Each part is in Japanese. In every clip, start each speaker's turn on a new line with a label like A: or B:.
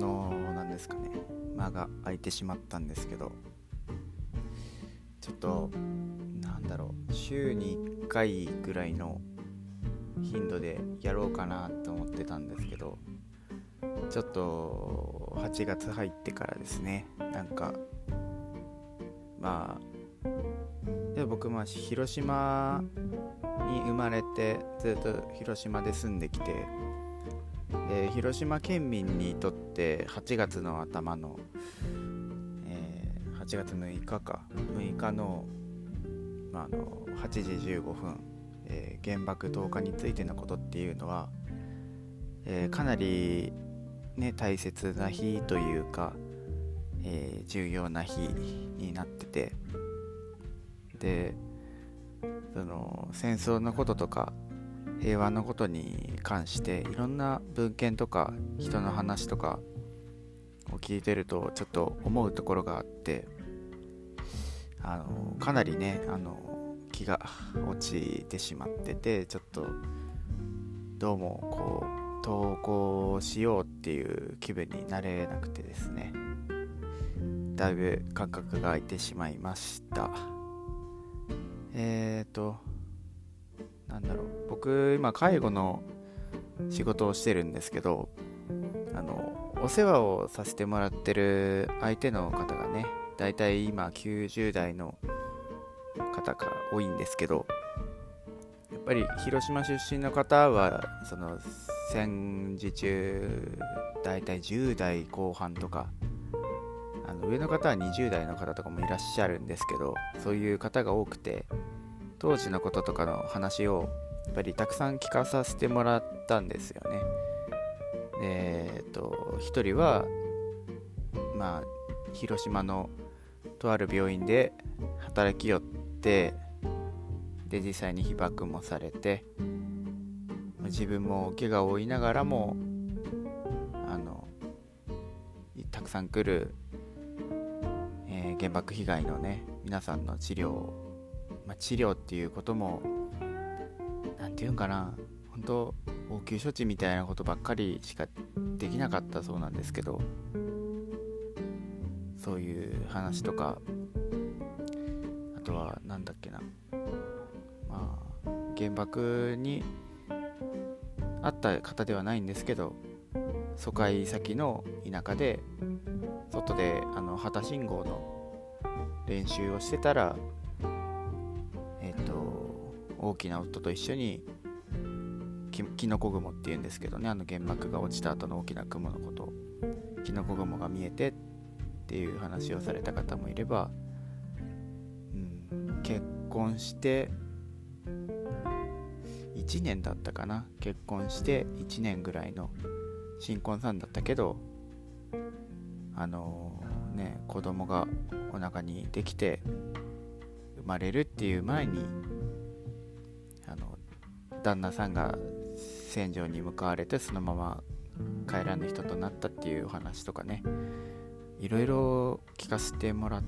A: なんですかね、間が空いてしまったんですけど、ちょっと週に1回ぐらいの頻度でやろうかなと思ってたんですけど、ちょっと8月入ってからですね、で僕広島に生まれてずっと広島で住んできて、で広島県民にとって8月の頭の、8月6日の、8時15分、原爆投下についてのことっていうのは、かなり、大切な日というか、重要な日になってて、でその戦争のこととか平和のことに関していろんな文献とか人の話とかを聞いてるとちょっと思うところがあって、かなりね気が落ちてしまってて、ちょっとどうも投稿しようっていう気分になれなくてですね、だいぶ間隔が空いてしまいました。僕今介護の仕事をしてるんですけど、お世話をさせてもらってる相手の方がね、だいたい今90代の方が多いんですけど、やっぱり広島出身の方はその戦時中だいたい10代後半とか、上の方は20代の方とかもいらっしゃるんですけど、そういう方が多くて、当時のこととかの話をやっぱりたくさん聞かさせてもらったんですよね。一人は広島のとある病院で働きよって、で実際に被爆もされて、自分も怪我を負いながらもたくさん来る、原爆被害のね皆さんの治療っていうこともなんていうんかな、本当応急処置みたいなことばっかりしかできなかったそうなんですけど、そういう話とか、あとは原爆にあった方ではないんですけど、疎開先の田舎で外で旗信号の練習をしてたら、大きな夫と一緒にキノコ雲っていうんですけどね、原爆が落ちた後の大きな雲のことをキノコ雲が見えてっていう話をされた方もいれば、結婚して1年だったかな、結婚して1年ぐらいの新婚さんだったけど、子供がお腹にできて生まれるっていう前に旦那さんが戦場に向かわれて、そのまま帰らぬ人となったっていうお話とかね、いろいろ聞かせてもらって、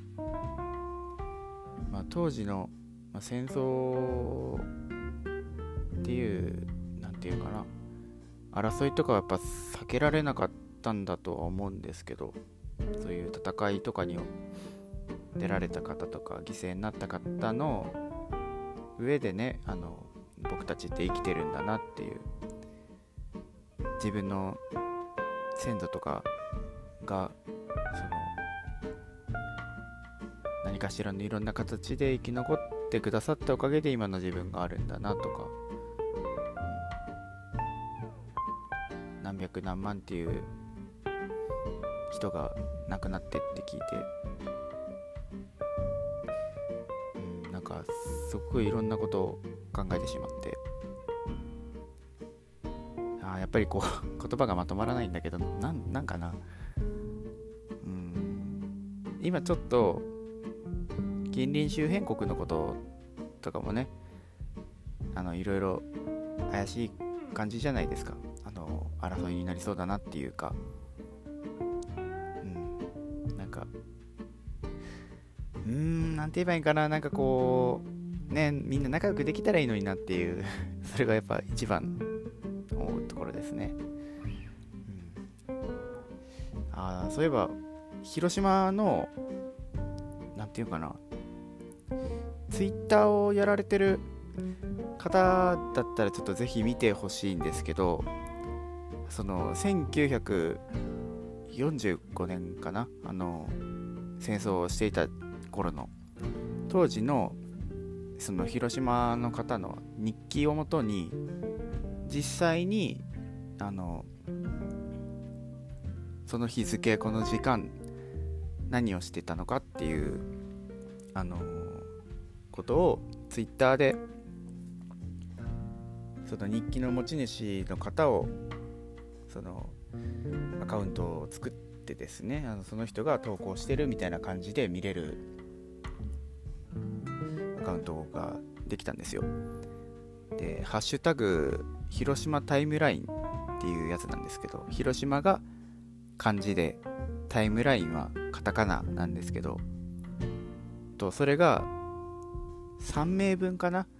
A: 当時の、戦争っていうなんていうかな、争いとかはやっぱ避けられなかったんだとは思うんですけど、そういう戦いとかに出られた方とか犠牲になった方の上でね、僕たちって生きてるんだなっていう、自分の先祖とかが何かしらのいろんな形で生き残ってくださったおかげで今の自分があるんだなとか、何百何万っていう人が亡くなってって聞いて、すごくいろんなことを考えてしまって、やっぱり言葉がまとまらないんだけど、なんかな、今ちょっと近隣周辺国のこととかもね、いろいろ怪しい感じじゃないですか。争いになりそうだなっていうか、なんて言えばいいかな、みんな仲良くできたらいいのになっていうそれがやっぱ一番思うところですね。 そういえば広島のなんていうかな、ツイッターをやられてる方だったらちょっとぜひ見てほしいんですけど、その1945年かな、戦争をしていた頃の当時のその広島の方の日記をもとに実際にその日付この時間何をしてたのかっていうことをツイッターでその日記の持ち主の方をそのアカウントを作ってですね、その人が投稿してるみたいな感じで見れるアカウントができたんですよ。で、ハッシュタグ広島タイムラインっていうやつなんですけど、広島が漢字でタイムラインはカタカナなんですけど、それが3名分かな、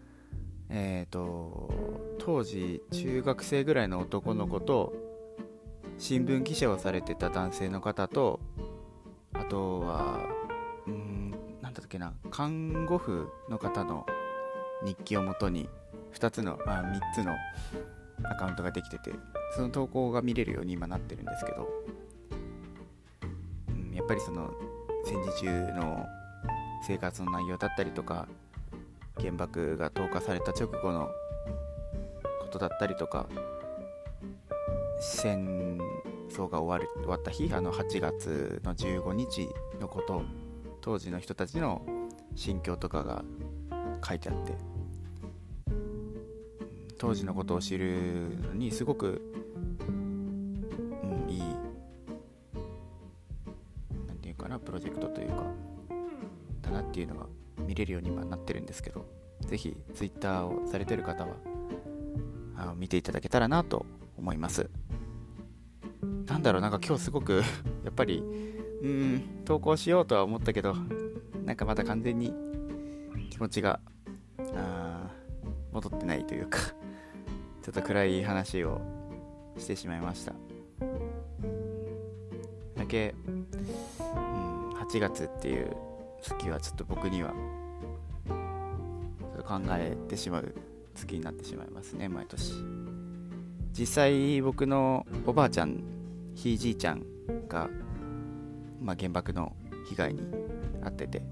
A: 当時中学生ぐらいの男の子と新聞記者をされてた男性の方と、あとはなんだっけな、看護婦の方の日記をもとに3つのアカウントができてて、その投稿が見れるように今なってるんですけど、やっぱりその戦時中の生活の内容だったりとか、原爆が投下された直後のことだったりとか、戦争が終わった日、8月の15日のこと、当時の人たちの心境とかが書いてあって、当時のことを知るのにすごく、いいなんていうかな、プロジェクトというかだなっていうのが見れるように今なってるんですけど、ぜひツイッターをされてる方は見ていただけたらなと思います。なんか今日すごくやっぱり投稿しようとは思ったけど、なんかまだ完全に気持ちが戻ってないというかちょっと暗い話をしてしまいました。だけ、8月っていう月はちょっと僕にはちょっと考えてしまう月になってしまいますね、毎年。実際僕のおばあちゃん、ひいじいちゃんが、原爆の被害に遭ってて、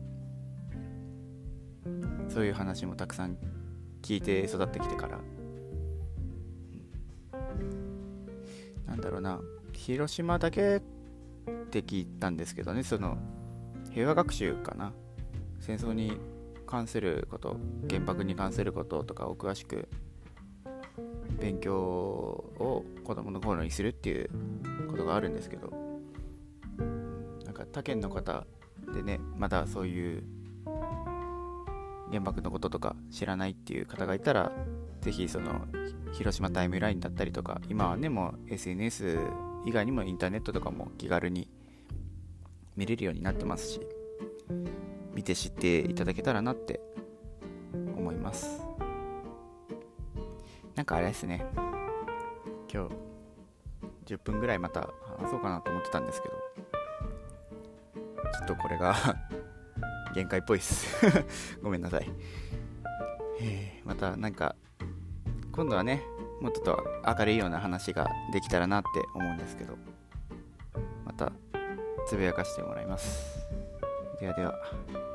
A: そういう話もたくさん聞いて育ってきてから、なんだろうな、広島だけって聞いたんですけどね、その平和学習かな、戦争に関すること、原爆に関することとかを詳しく勉強を子供の頃にするっていうことがあるんですけど、なんか他県の方でね、まだそういう原爆のこととか知らないっていう方がいたら、ぜひその広島タイムラインだったりとか、今はねもう SNS 以外にもインターネットとかも気軽に見れるようになってますし、見て知っていただけたらなって思います。なんかあれですね、今日10分ぐらいまた話そうかなと思ってたんですけど、ちょっとこれが限界っぽいですごめんなさい。またなんか今度はね、もうちょっと明るいような話ができたらなって思うんですけど、またつぶやかしてもらいます。ではでは。